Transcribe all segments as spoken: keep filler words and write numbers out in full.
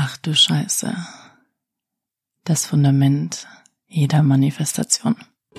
Ach du Scheiße. Das Fundament jeder Manifestation.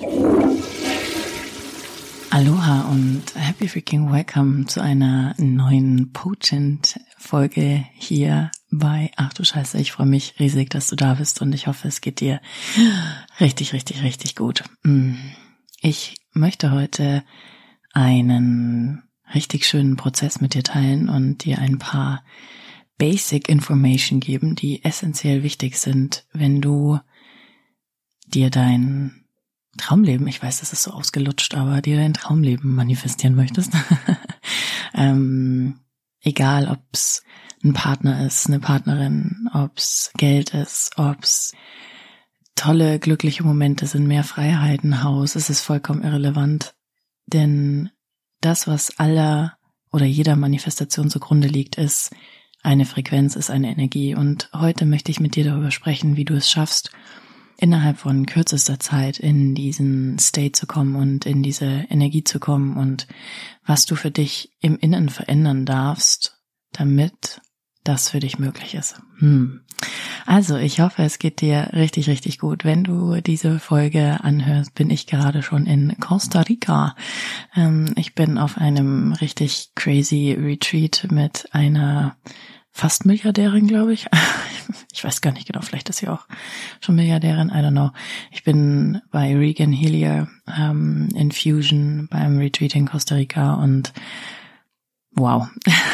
Aloha und happy freaking welcome zu einer neuen Potent-Folge hier bei Ach du Scheiße. Ich freue mich riesig, dass du da bist und ich hoffe, es geht dir richtig, richtig, richtig gut. Ich möchte heute einen richtig schönen Prozess mit dir teilen und dir ein paar Basic Information geben, die essentiell wichtig sind, wenn du dir dein Traumleben, ich weiß, das ist so ausgelutscht, aber dir dein Traumleben manifestieren möchtest. ähm, egal, ob's ein Partner ist, eine Partnerin, ob's Geld ist, ob's tolle, glückliche Momente sind, mehr Freiheit, ein Haus, es ist vollkommen irrelevant. Denn das, was aller oder jeder Manifestation zugrunde liegt, ist eine Frequenz, ist eine Energie. Und heute möchte ich mit dir darüber sprechen, wie du es schaffst, innerhalb von kürzester Zeit in diesen State zu kommen und in diese Energie zu kommen und was du für dich im Innen verändern darfst, damit das für dich möglich ist. Hm. Also, ich hoffe, es geht dir richtig, richtig gut. Wenn du diese Folge anhörst, bin ich gerade schon in Costa Rica. Ähm, ich bin auf einem richtig crazy Retreat mit einer fast Milliardärin, glaube ich. Ich weiß gar nicht genau, vielleicht ist sie auch schon Milliardärin, I don't know. Ich bin bei Regan Helier ähm, Infusion beim Retreat in Costa Rica und wow.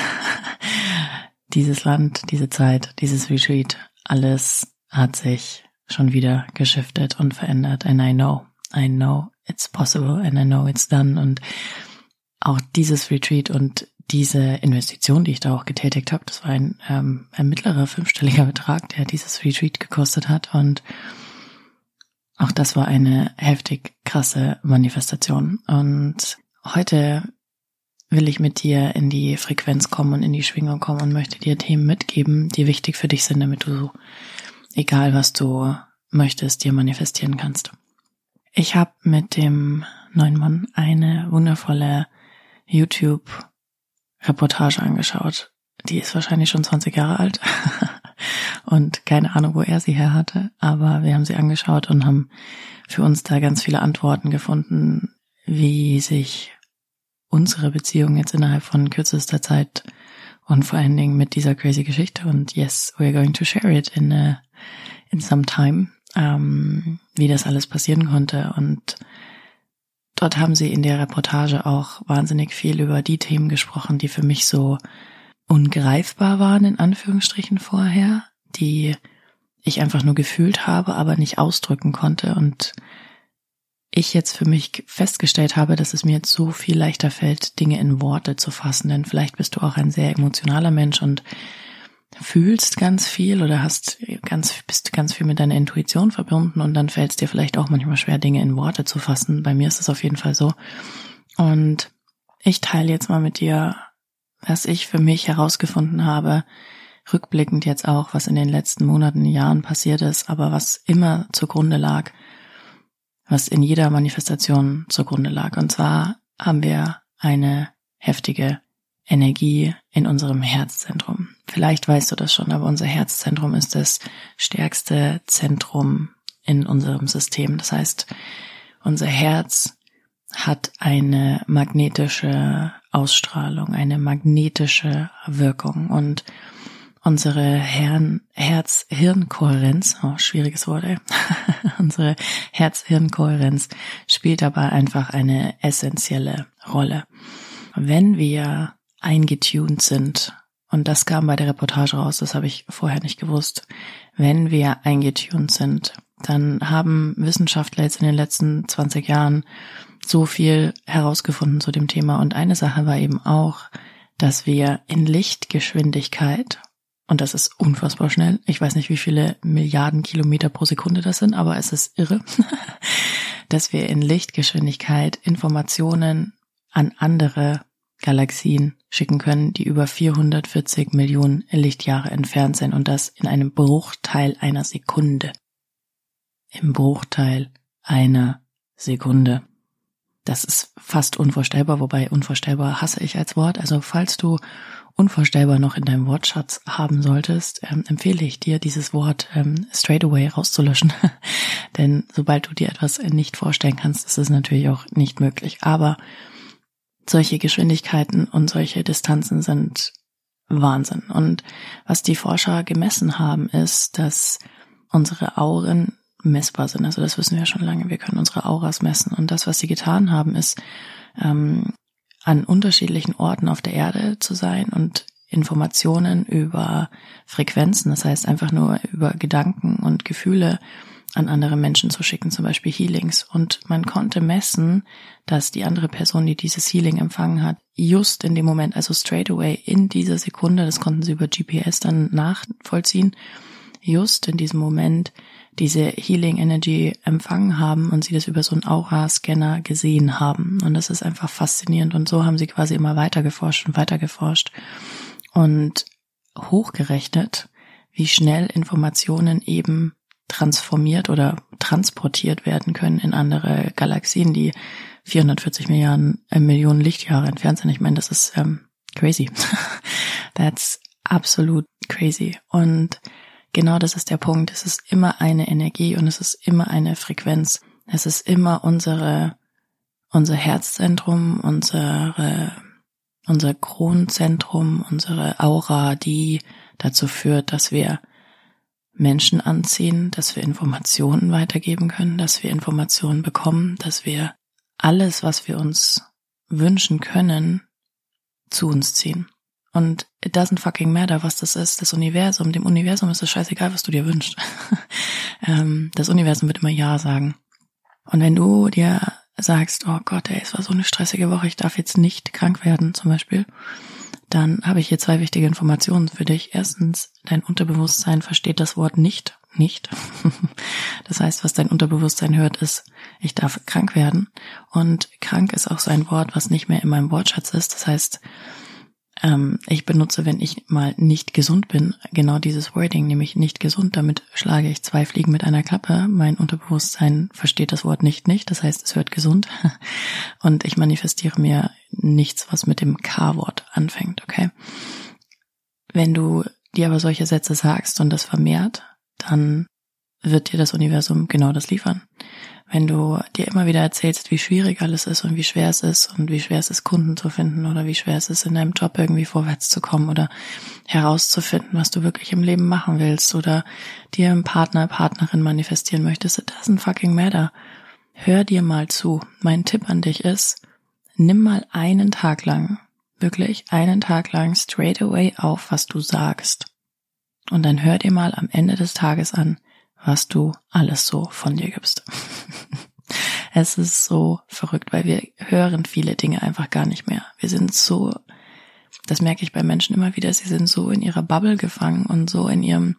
Dieses Land, diese Zeit, dieses Retreat, alles hat sich schon wieder geschiftet und verändert. And I know, I know it's possible and I know it's done. Und auch dieses Retreat und diese Investition, die ich da auch getätigt habe, das war ein, ähm, ein mittlerer fünfstelliger Betrag, der dieses Retreat gekostet hat. Und auch das war eine heftig krasse Manifestation. Und heute will ich mit dir in die Frequenz kommen und in die Schwingung kommen und möchte dir Themen mitgeben, die wichtig für dich sind, damit du, egal was du möchtest, dir manifestieren kannst. Ich habe mit dem neuen Mann eine wundervolle YouTube-Reportage angeschaut. Die ist wahrscheinlich schon zwanzig Jahre alt und keine Ahnung, wo er sie her hatte, aber wir haben sie angeschaut und haben für uns da ganz viele Antworten gefunden, wie sich unsere Beziehung jetzt innerhalb von kürzester Zeit und vor allen Dingen mit dieser crazy Geschichte und yes, we're going to share it in a, in some time, ähm, wie das alles passieren konnte. Und dort haben sie in der Reportage auch wahnsinnig viel über die Themen gesprochen, die für mich so ungreifbar waren, in Anführungsstrichen vorher, die ich einfach nur gefühlt habe, aber nicht ausdrücken konnte und ich jetzt für mich festgestellt habe, dass es mir jetzt so viel leichter fällt, Dinge in Worte zu fassen, denn vielleicht bist du auch ein sehr emotionaler Mensch und fühlst ganz viel oder hast ganz, bist ganz viel mit deiner Intuition verbunden und dann fällt es dir vielleicht auch manchmal schwer, Dinge in Worte zu fassen. Bei mir ist es auf jeden Fall so. Und ich teile jetzt mal mit dir, was ich für mich herausgefunden habe, rückblickend jetzt auch, was in den letzten Monaten, Jahren passiert ist, aber was immer zugrunde lag, was in jeder Manifestation zugrunde lag. Und zwar haben wir eine heftige Energie in unserem Herzzentrum. Vielleicht weißt du das schon, aber unser Herzzentrum ist das stärkste Zentrum in unserem System. Das heißt, unser Herz hat eine magnetische Ausstrahlung, eine magnetische Wirkung und unsere Herz-Hirn-Kohärenz, oh, schwieriges Wort, ey. Unsere Herz-Hirn-Kohärenz spielt dabei einfach eine essentielle Rolle. Wenn wir eingetunt sind, und das kam bei der Reportage raus, das habe ich vorher nicht gewusst, wenn wir eingetunt sind, dann haben Wissenschaftler jetzt in den letzten zwanzig Jahren so viel herausgefunden zu dem Thema. Und eine Sache war eben auch, dass wir in Lichtgeschwindigkeit, und das ist unfassbar schnell. Ich weiß nicht, wie viele Milliarden Kilometer pro Sekunde das sind, aber es ist irre, dass wir in Lichtgeschwindigkeit Informationen an andere Galaxien schicken können, die über vierhundertvierzig Millionen Lichtjahre entfernt sind und das in einem Bruchteil einer Sekunde. Im Bruchteil einer Sekunde. Das ist fast unvorstellbar, wobei unvorstellbar hasse ich als Wort. Also falls du unvorstellbar noch in deinem Wortschatz haben solltest, ähm, empfehle ich dir, dieses Wort ähm, straight away rauszulöschen. Denn sobald du dir etwas nicht vorstellen kannst, ist es natürlich auch nicht möglich. Aber solche Geschwindigkeiten und solche Distanzen sind Wahnsinn. Und was die Forscher gemessen haben, ist, dass unsere Auren messbar sind. Also das wissen wir ja schon lange. Wir können unsere Auras messen. Und das, was sie getan haben, ist, ähm, an unterschiedlichen Orten auf der Erde zu sein und Informationen über Frequenzen, das heißt einfach nur über Gedanken und Gefühle an andere Menschen zu schicken, zum Beispiel Healings. Und man konnte messen, dass die andere Person, die dieses Healing empfangen hat, just in dem Moment, also straight away in dieser Sekunde, das konnten sie über G P S dann nachvollziehen, just in diesem Moment diese Healing Energy empfangen haben und sie das über so einen Aura-Scanner gesehen haben. Und das ist einfach faszinierend. Und so haben sie quasi immer weiter geforscht und weiter geforscht und hochgerechnet, wie schnell Informationen eben transformiert oder transportiert werden können in andere Galaxien, die vierhundertvierzig Milliarden, äh, Millionen Lichtjahre entfernt sind. Ich meine, das ist ähm, crazy. That's absolut crazy. Und genau das ist der Punkt. Es ist immer eine Energie und es ist immer eine Frequenz. Es ist immer unsere, unser Herzzentrum, unsere, unser Kronzentrum, unsere Aura, die dazu führt, dass wir Menschen anziehen, dass wir Informationen weitergeben können, dass wir Informationen bekommen, dass wir alles, was wir uns wünschen können, zu uns ziehen. Und it doesn't fucking matter, was das ist, das Universum. Dem Universum ist es scheißegal, was du dir wünschst. Das Universum wird immer Ja sagen. Und wenn du dir sagst, oh Gott, ey, es war so eine stressige Woche, ich darf jetzt nicht krank werden zum Beispiel, dann habe ich hier zwei wichtige Informationen für dich. Erstens, dein Unterbewusstsein versteht das Wort nicht, nicht. Das heißt, was dein Unterbewusstsein hört, ist, ich darf krank werden. Und krank ist auch so ein Wort, was nicht mehr in meinem Wortschatz ist. Das heißt, ähm, ich benutze, wenn ich mal nicht gesund bin, genau dieses Wording, nämlich nicht gesund. Damit schlage ich zwei Fliegen mit einer Klappe. Mein Unterbewusstsein versteht das Wort nicht, nicht. Das heißt, es hört gesund. Und ich manifestiere mir nichts, was mit dem K-Wort anfängt, okay? Wenn du dir aber solche Sätze sagst und das vermehrt, dann wird dir das Universum genau das liefern. Wenn du dir immer wieder erzählst, wie schwierig alles ist und wie schwer es ist und wie schwer es ist, Kunden zu finden oder wie schwer es ist, in deinem Job irgendwie vorwärts zu kommen oder herauszufinden, was du wirklich im Leben machen willst oder dir einen Partner, Partnerin manifestieren möchtest, it doesn't fucking matter. Hör dir mal zu. Mein Tipp an dich ist, nimm mal einen Tag lang, wirklich einen Tag lang straight away auf, was du sagst. Und dann hör dir mal am Ende des Tages an, was du alles so von dir gibst. Es ist so verrückt, weil wir hören viele Dinge einfach gar nicht mehr. Wir sind so, das merke ich bei Menschen immer wieder, sie sind so in ihrer Bubble gefangen und so in ihrem,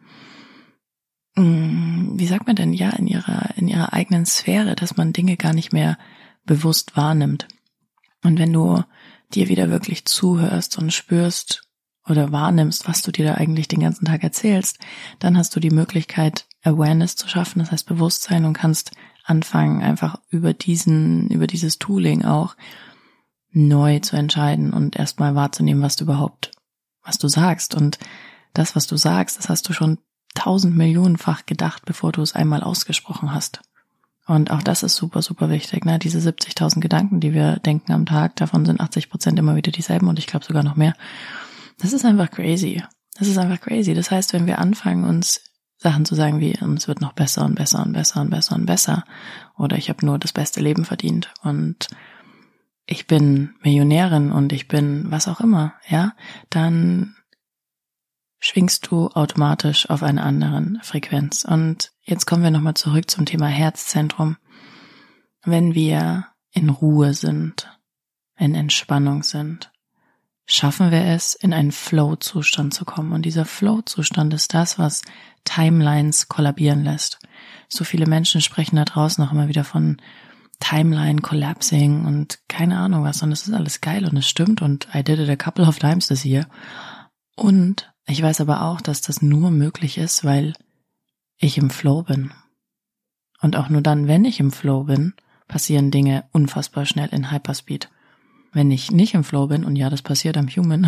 wie sagt man denn, ja, in ihrer, in ihrer eigenen Sphäre, dass man Dinge gar nicht mehr bewusst wahrnimmt. Und wenn du dir wieder wirklich zuhörst und spürst oder wahrnimmst, was du dir da eigentlich den ganzen Tag erzählst, dann hast du die Möglichkeit, Awareness zu schaffen, das heißt Bewusstsein, und kannst anfangen, einfach über diesen, über dieses Tooling auch neu zu entscheiden und erstmal wahrzunehmen, was du überhaupt, was du sagst. Und das, was du sagst, das hast du schon tausend Millionenfach gedacht, bevor du es einmal ausgesprochen hast. Und auch das ist super, super wichtig, ne? Diese siebzigtausend Gedanken, die wir denken am Tag, davon sind achtzig Prozent immer wieder dieselben und ich glaube sogar noch mehr. Das ist einfach crazy. Das ist einfach crazy. Das heißt, wenn wir anfangen, uns Sachen zu sagen wie, und es wird noch besser und besser und besser und besser und besser, oder ich habe nur das beste Leben verdient und ich bin Millionärin und ich bin was auch immer, ja, dann schwingst du automatisch auf einer anderen Frequenz. Und jetzt kommen wir nochmal zurück zum Thema Herzzentrum. Wenn wir in Ruhe sind, in Entspannung sind, schaffen wir es, in einen Flow-Zustand zu kommen. Und dieser Flow-Zustand ist das, was Timelines kollabieren lässt. So viele Menschen sprechen da draußen auch immer wieder von Timeline collapsing und keine Ahnung was. Und es ist alles geil und es stimmt und I did it a couple of times this year. Und ich weiß aber auch, dass das nur möglich ist, weil ich im Flow bin. Und auch nur dann, wenn ich im Flow bin, passieren Dinge unfassbar schnell in Hyperspeed. wenn ich nicht im Flow bin, und ja, das passiert am Human,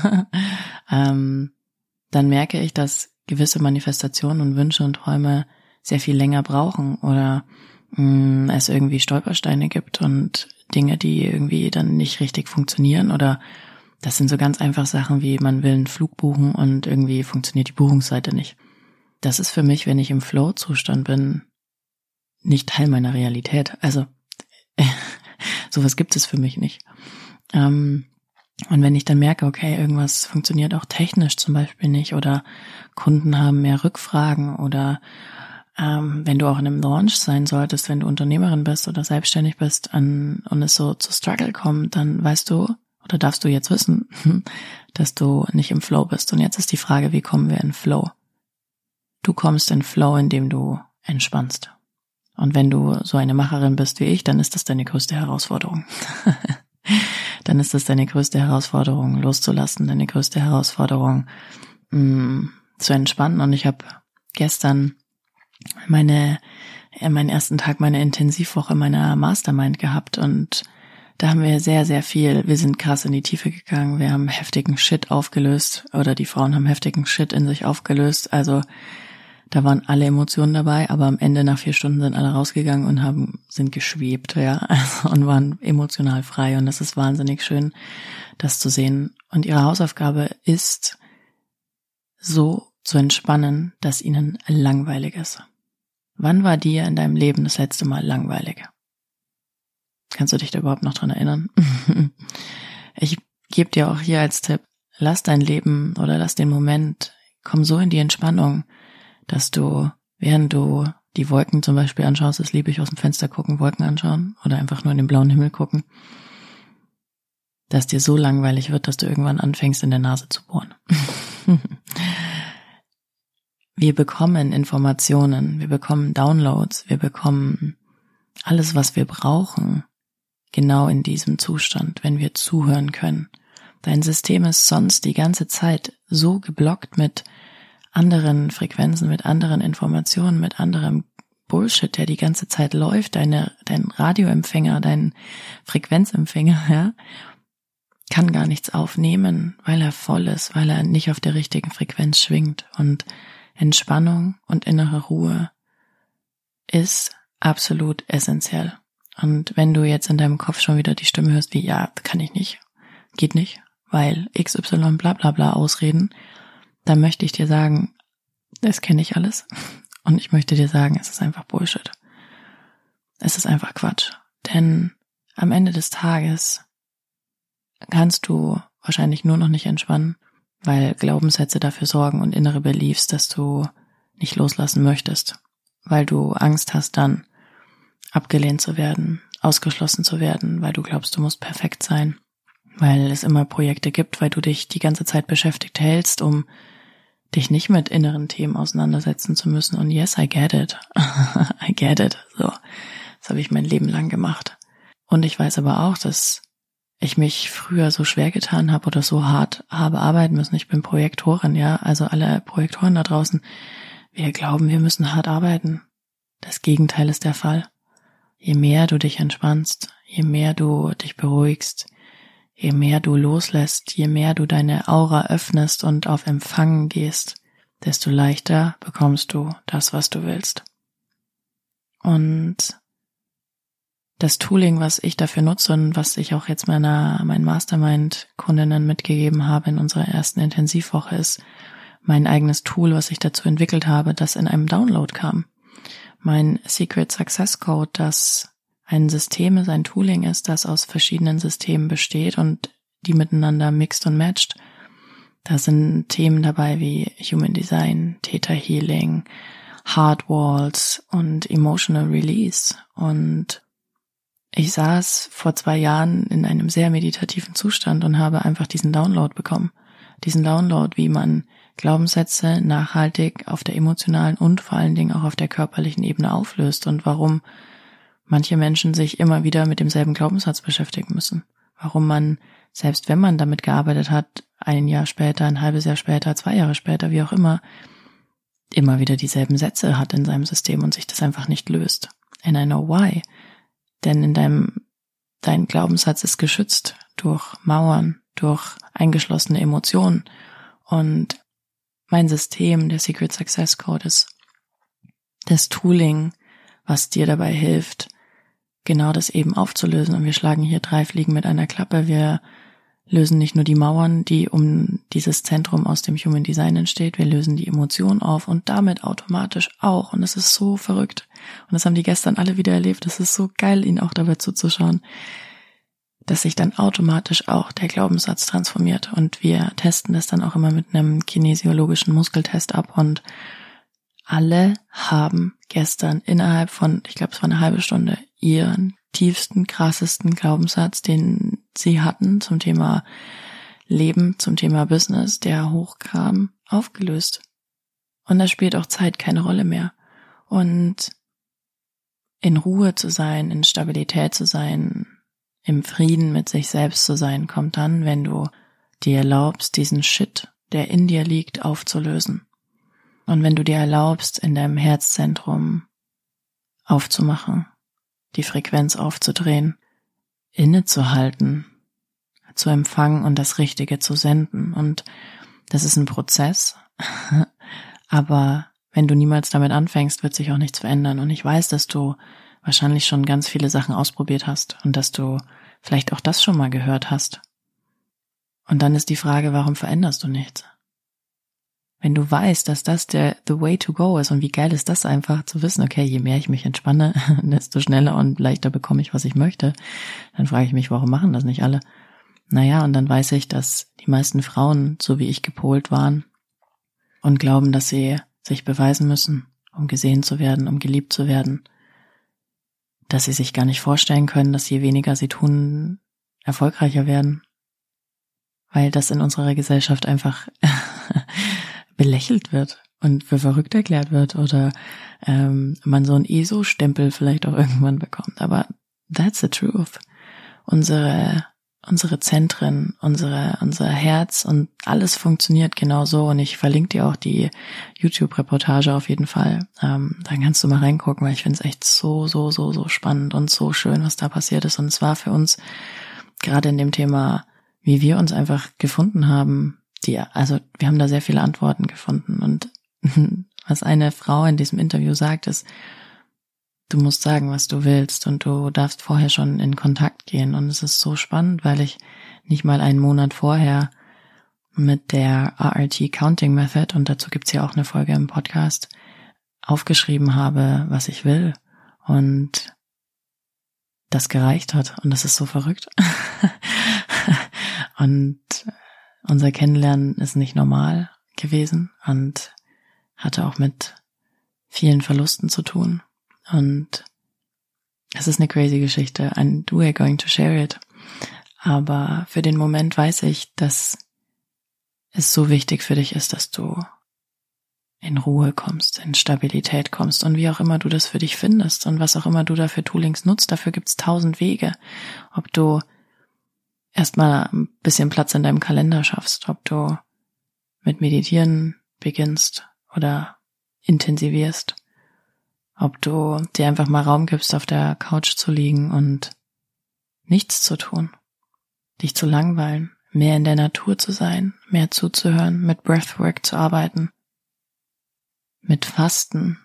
ähm, dann merke ich, dass gewisse Manifestationen und Wünsche und Träume sehr viel länger brauchen oder mh, es irgendwie Stolpersteine gibt und Dinge, die irgendwie dann nicht richtig funktionieren, oder das sind so ganz einfach Sachen wie, man will einen Flug buchen und irgendwie funktioniert die Buchungsseite nicht. Das ist für mich, wenn ich im Flow-Zustand bin, nicht Teil meiner Realität. Also sowas gibt es für mich nicht. Ähm, und wenn ich dann merke, okay, irgendwas funktioniert auch technisch zum Beispiel nicht, oder Kunden haben mehr Rückfragen, oder ähm, wenn du auch in einem Launch sein solltest, wenn du Unternehmerin bist oder selbstständig bist an, und es so zu Struggle kommt, dann weißt du, oder darfst du jetzt wissen, dass du nicht im Flow bist. Und jetzt ist die Frage, wie kommen wir in Flow? Du kommst in Flow, indem du entspannst. Und wenn du so eine Macherin bist wie ich, dann ist das deine größte Herausforderung. Dann ist das deine größte Herausforderung, loszulassen, deine größte Herausforderung, mh, zu entspannen. Und ich habe gestern meine, meinen ersten Tag meiner Intensivwoche meiner Mastermind gehabt, und da haben wir sehr, sehr viel, wir sind krass in die Tiefe gegangen, wir haben heftigen Shit aufgelöst, oder die Frauen haben heftigen Shit in sich aufgelöst, also da waren alle Emotionen dabei, aber am Ende nach vier Stunden sind alle rausgegangen und haben, sind geschwebt, ja, also, und waren emotional frei, und das ist wahnsinnig schön, das zu sehen. Und ihre Hausaufgabe ist, so zu entspannen, dass ihnen langweilig ist. Wann war dir in deinem Leben das letzte Mal langweilig? Kannst du dich da überhaupt noch dran erinnern? Ich gebe dir auch hier als Tipp, lass dein Leben oder lass den Moment, komm so in die Entspannung, dass du, während du die Wolken zum Beispiel anschaust, das liebe ich, aus dem Fenster gucken, Wolken anschauen oder einfach nur in den blauen Himmel gucken, dass dir so langweilig wird, dass du irgendwann anfängst, in der Nase zu bohren. Wir bekommen Informationen, wir bekommen Downloads, wir bekommen alles, was wir brauchen, genau in diesem Zustand, wenn wir zuhören können. Dein System ist sonst die ganze Zeit so geblockt mit anderen Frequenzen, mit anderen Informationen, mit anderem Bullshit, der die ganze Zeit läuft. Deine, dein Radioempfänger, dein Frequenzempfänger, ja, kann gar nichts aufnehmen, weil er voll ist, weil er nicht auf der richtigen Frequenz schwingt. Und Entspannung und innere Ruhe ist absolut essentiell. Und wenn du jetzt in deinem Kopf schon wieder die Stimme hörst wie, ja, kann ich nicht, geht nicht, weil X Y bla bla bla Ausreden, dann möchte ich dir sagen, das kenne ich alles. Und ich möchte dir sagen, es ist einfach Bullshit. Es ist einfach Quatsch. Denn am Ende des Tages kannst du wahrscheinlich nur noch nicht entspannen, weil Glaubenssätze dafür sorgen und innere Beliefs, dass du nicht loslassen möchtest, weil du Angst hast, dann abgelehnt zu werden, ausgeschlossen zu werden, weil du glaubst, du musst perfekt sein, weil es immer Projekte gibt, weil du dich die ganze Zeit beschäftigt hältst, um dich nicht mit inneren Themen auseinandersetzen zu müssen. Und yes, I get it. I get it. So, das habe ich mein Leben lang gemacht. Und ich weiß aber auch, dass ich mich früher so schwer getan habe oder so hart habe arbeiten müssen. Ich bin Projektorin, ja, also alle Projektoren da draußen, wir glauben, wir müssen hart arbeiten. Das Gegenteil ist der Fall. Je mehr du dich entspannst, je mehr du dich beruhigst, je mehr du loslässt, je mehr du deine Aura öffnest und auf Empfangen gehst, desto leichter bekommst du das, was du willst. Und das Tooling, was ich dafür nutze und was ich auch jetzt meiner meinen Mastermind-Kundinnen mitgegeben habe in unserer ersten Intensivwoche, ist mein eigenes Tool, was ich dazu entwickelt habe, das in einem Download kam. Mein Secret Success Code, das ein System ist, ein Tooling ist, das aus verschiedenen Systemen besteht und die miteinander mixt und matcht. Da sind Themen dabei wie Human Design, Theta Healing, Heart Walls und Emotional Release. Und ich saß vor zwei Jahren in einem sehr meditativen Zustand und habe einfach diesen Download bekommen. Diesen Download, wie man Glaubenssätze nachhaltig auf der emotionalen und vor allen Dingen auch auf der körperlichen Ebene auflöst und warum manche Menschen sich immer wieder mit demselben Glaubenssatz beschäftigen müssen. Warum man, selbst wenn man damit gearbeitet hat, ein Jahr später, ein halbes Jahr später, zwei Jahre später, wie auch immer, immer wieder dieselben Sätze hat in seinem System und sich das einfach nicht löst. And I know why. Denn in deinem, dein Glaubenssatz ist geschützt. durch Mauern, durch eingeschlossene Emotionen. Und mein System, der Secret Success Code, ist das Tooling, was dir dabei hilft, genau das eben aufzulösen. Und wir schlagen hier drei Fliegen mit einer Klappe. Wir lösen nicht nur die Mauern, die um dieses Zentrum aus dem Human Design entsteht, wir lösen die Emotionen auf und damit automatisch auch. Und es ist so verrückt. Und das haben die gestern alle wieder erlebt. Es ist so geil, ihnen auch dabei zuzuschauen, dass sich dann automatisch auch der Glaubenssatz transformiert. Und wir testen das dann auch immer mit einem kinesiologischen Muskeltest ab. Und alle haben gestern innerhalb von, ich glaube, es war eine halbe Stunde, ihren tiefsten, krassesten Glaubenssatz, den sie hatten zum Thema Leben, zum Thema Business, der hochkam, aufgelöst. Und da spielt auch Zeit keine Rolle mehr. Und in Ruhe zu sein, in Stabilität zu sein, im Frieden mit sich selbst zu sein, kommt dann, wenn du dir erlaubst, diesen Shit, der in dir liegt, aufzulösen. Und wenn du dir erlaubst, in deinem Herzzentrum aufzumachen, die Frequenz aufzudrehen, innezuhalten, zu empfangen und das Richtige zu senden. Und das ist ein Prozess, aber wenn du niemals damit anfängst, wird sich auch nichts verändern. Und ich weiß, dass du wahrscheinlich schon ganz viele Sachen ausprobiert hast und dass du vielleicht auch das schon mal gehört hast. Und dann ist die Frage, warum veränderst du nichts? Wenn du weißt, dass das der the way to go ist und wie geil ist das einfach zu wissen, okay, je mehr ich mich entspanne, desto schneller und leichter bekomme ich, was ich möchte, dann frage ich mich, warum machen das nicht alle? Naja, und dann weiß ich, dass die meisten Frauen, so wie ich, gepolt waren und glauben, dass sie sich beweisen müssen, um gesehen zu werden, um geliebt zu werden, dass sie sich gar nicht vorstellen können, dass je weniger sie tun, erfolgreicher werden, weil das in unserer Gesellschaft einfach belächelt wird und für verrückt erklärt wird oder ähm, man so einen E S O-Stempel vielleicht auch irgendwann bekommt. Aber that's the truth. Unsere unsere Zentren, unsere unser Herz und alles funktioniert genau so. Und ich verlinke dir auch die YouTube-Reportage auf jeden Fall. Ähm, dann kannst du mal reingucken, weil ich finde es echt so, so, so, so spannend und so schön, was da passiert ist. Und es war für uns gerade in dem Thema, wie wir uns einfach gefunden haben, die, also wir haben da sehr viele Antworten gefunden. Und was eine Frau in diesem Interview sagt, ist, du musst sagen, was du willst und du darfst vorher schon in Kontakt gehen. Und es ist so spannend, weil ich nicht mal einen Monat vorher mit der R R T Counting Method, und dazu gibt's ja auch eine Folge im Podcast, aufgeschrieben habe, was ich will. Und das gereicht hat. Und das ist so verrückt. Und unser Kennenlernen ist nicht normal gewesen und hatte auch mit vielen Verlusten zu tun. Und es ist eine crazy Geschichte, and we are going to share it. Aber für den Moment weiß ich, dass es so wichtig für dich ist, dass du in Ruhe kommst, in Stabilität kommst und wie auch immer du das für dich findest und was auch immer du da für Toolings nutzt, dafür gibt's tausend Wege. Ob du erstmal ein bisschen Platz in deinem Kalender schaffst, ob du mit Meditieren beginnst oder intensivierst, ob du dir einfach mal Raum gibst, auf der Couch zu liegen und nichts zu tun, dich zu langweilen, mehr in der Natur zu sein, mehr zuzuhören, mit Breathwork zu arbeiten, mit Fasten,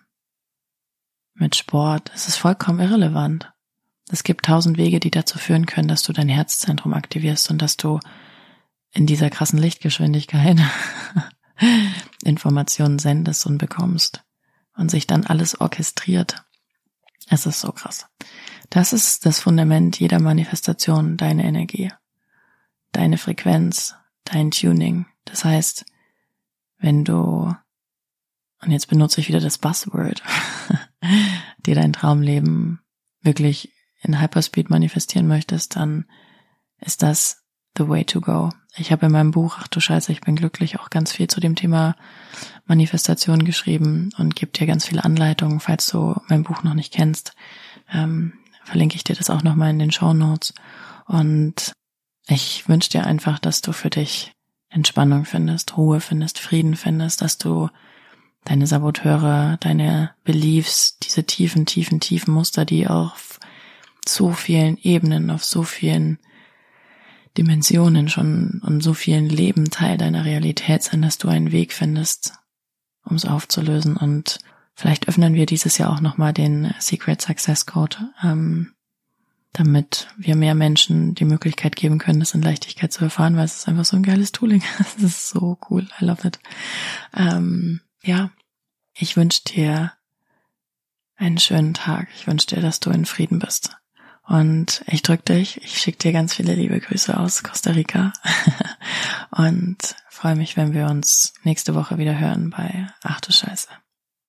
mit Sport. Es ist vollkommen irrelevant. Es gibt tausend Wege, die dazu führen können, dass du dein Herzzentrum aktivierst und dass du in dieser krassen Lichtgeschwindigkeit Informationen sendest und bekommst und sich dann alles orchestriert. Es ist so krass. Das ist das Fundament jeder Manifestation, deine Energie, deine Frequenz, dein Tuning. Das heißt, wenn du, und jetzt benutze ich wieder das Buzzword, dir dein Traumleben wirklich in Hyperspeed manifestieren möchtest, dann ist das the way to go. Ich habe in meinem Buch, ach du Scheiße, ich bin glücklich, auch ganz viel zu dem Thema Manifestation geschrieben und gebe dir ganz viele Anleitungen. Falls du mein Buch noch nicht kennst, ähm, verlinke ich dir das auch nochmal in den Shownotes. Und ich wünsche dir einfach, dass du für dich Entspannung findest, Ruhe findest, Frieden findest, dass du deine Saboteure, deine Beliefs, diese tiefen, tiefen, tiefen Muster, die auf so vielen Ebenen, auf so vielen Dimensionen schon und so vielen Leben Teil deiner Realität sein, dass du einen Weg findest, um es aufzulösen. Und vielleicht öffnen wir dieses Jahr auch nochmal den Secret Success Code, ähm, damit wir mehr Menschen die Möglichkeit geben können, das in Leichtigkeit zu erfahren, weil es ist einfach so ein geiles Tooling. Es ist so cool. I love it. Ähm, ja, ich wünsche dir einen schönen Tag. Ich wünsche dir, dass du in Frieden bist. Und ich drück dich. Ich schicke dir ganz viele liebe Grüße aus Costa Rica. Und freue mich, wenn wir uns nächste Woche wieder hören bei Ach du Scheiße.